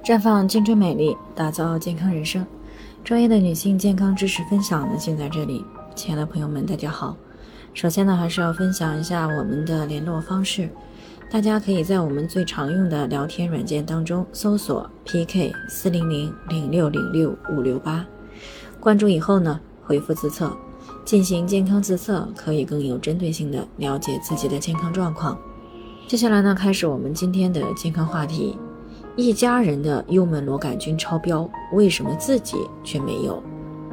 绽放青春美丽，打造健康人生。专业的女性健康知识分享呢，就在这里。亲爱的朋友们，大家好。首先呢，还是要分享一下我们的联络方式。大家可以在我们最常用的聊天软件当中搜索 PK40006065568，关注以后呢，回复自测，进行健康自测，可以更有针对性的了解自己的健康状况。接下来呢，开始我们今天的健康话题。一家人的幽门螺杆菌超标，为什么自己却没有？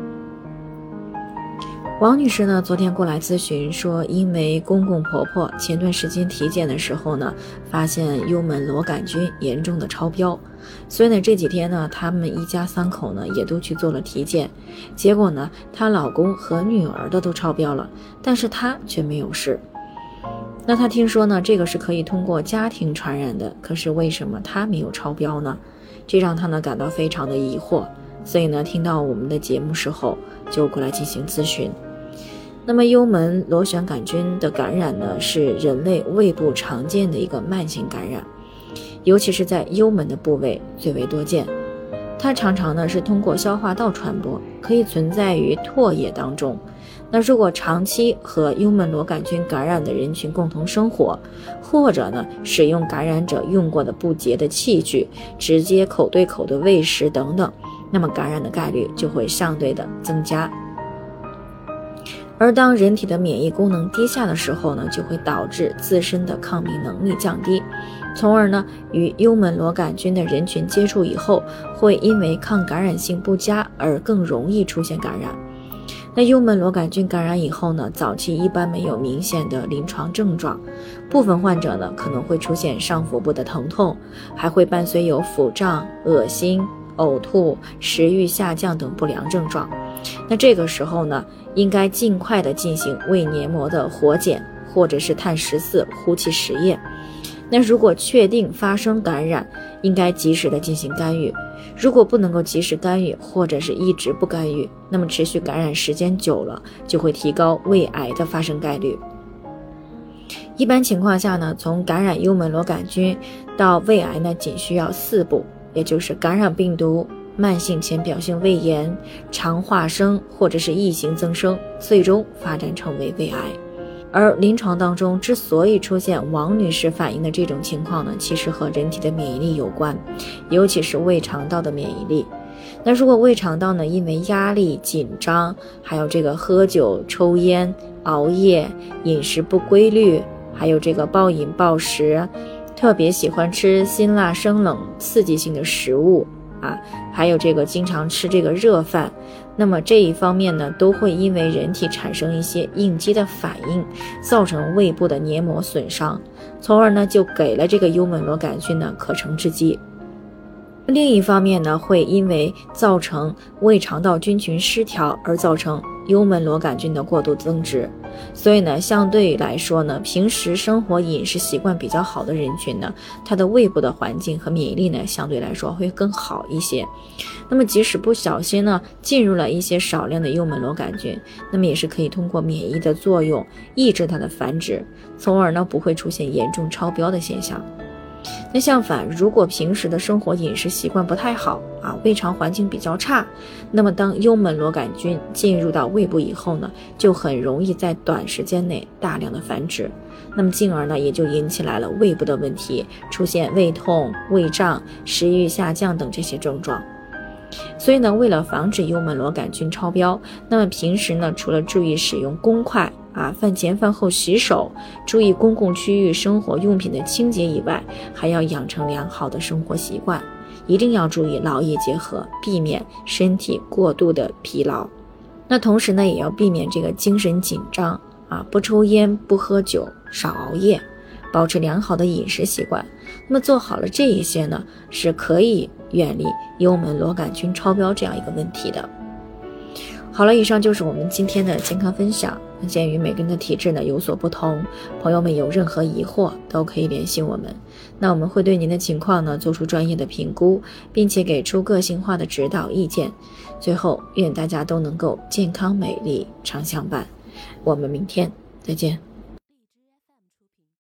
王女士呢，昨天过来咨询说，因为公公婆婆前段时间体检的时候呢，发现幽门螺杆菌严重的超标，所以呢这几天呢，他们一家三口呢也都去做了体检，结果呢，她老公和女儿的都超标了，但是她却没有事。那他听说呢，这个是可以通过家庭传染的，可是为什么他没有超标呢？这让他呢感到非常的疑惑，所以呢听到我们的节目时候就过来进行咨询。那么幽门螺旋杆菌的感染呢，是人类胃部常见的一个慢性感染，尤其是在幽门的部位最为多见。它常常呢是通过消化道传播，可以存在于唾液当中。那如果长期和幽门螺杆菌感染的人群共同生活，或者呢使用感染者用过的不洁的器具，直接口对口的喂食等等，那么感染的概率就会相对的增加。而当人体的免疫功能低下的时候呢，就会导致自身的抗病能力降低，从而呢与幽门螺杆菌的人群接触以后，会因为抗感染性不佳而更容易出现感染。那幽门螺杆菌感染以后呢，早期一般没有明显的临床症状，部分患者呢可能会出现上腹部的疼痛，还会伴随有腹胀、恶心、呕吐、食欲下降等不良症状。那这个时候呢，应该尽快的进行胃黏膜的活检，或者是碳14呼气实验。那如果确定发生感染，应该及时的进行干预。如果不能够及时干预，或者是一直不干预，那么持续感染时间久了，就会提高胃癌的发生概率。一般情况下呢，从感染幽门螺杆菌到胃癌呢，仅需要4步，也就是感染病毒、慢性浅表性胃炎、肠化生或者是异型增生，最终发展成为胃癌。而临床当中之所以出现王女士反映的这种情况呢，其实和人体的免疫力有关，尤其是胃肠道的免疫力。那如果胃肠道呢，因为压力、紧张，还有这个喝酒、抽烟、熬夜、饮食不规律，还有这个暴饮暴食，特别喜欢吃辛辣生冷刺激性的食物还有这个经常吃这个热饭，那么这一方面呢，都会因为人体产生一些应激的反应，造成胃部的黏膜损伤，从而呢就给了这个幽门螺杆菌呢可乘之机。另一方面呢，会因为造成胃肠道菌群失调而造成幽门螺杆菌的过度增殖，所以呢，相对来说呢，平时生活饮食习惯比较好的人群呢，他的胃部的环境和免疫力呢，相对来说会更好一些。那么即使不小心呢，进入了一些少量的幽门螺杆菌，那么也是可以通过免疫的作用抑制它的繁殖，从而呢不会出现严重超标的现象。那相反，如果平时的生活饮食习惯不太好胃肠环境比较差，那么当幽门螺杆菌进入到胃部以后呢，就很容易在短时间内大量的繁殖，那么进而呢也就引起来了胃部的问题，出现胃痛、胃胀、食欲下降等这些症状。所以呢，为了防止幽门螺杆菌超标，那么平时呢，除了注意使用公筷饭前饭后洗手，注意公共区域生活用品的清洁以外，还要养成良好的生活习惯，一定要注意劳逸结合，避免身体过度的疲劳。那同时呢，也要避免这个精神紧张不抽烟、不喝酒、少熬夜，保持良好的饮食习惯。那么做好了这一些呢，是可以远离幽门螺杆菌超标这样一个问题的。好了，以上就是我们今天的健康分享。鉴于每个人的体质呢有所不同，朋友们有任何疑惑都可以联系我们，那我们会对您的情况呢做出专业的评估，并且给出个性化的指导意见。最后，愿大家都能够健康美丽常相伴。我们明天再见。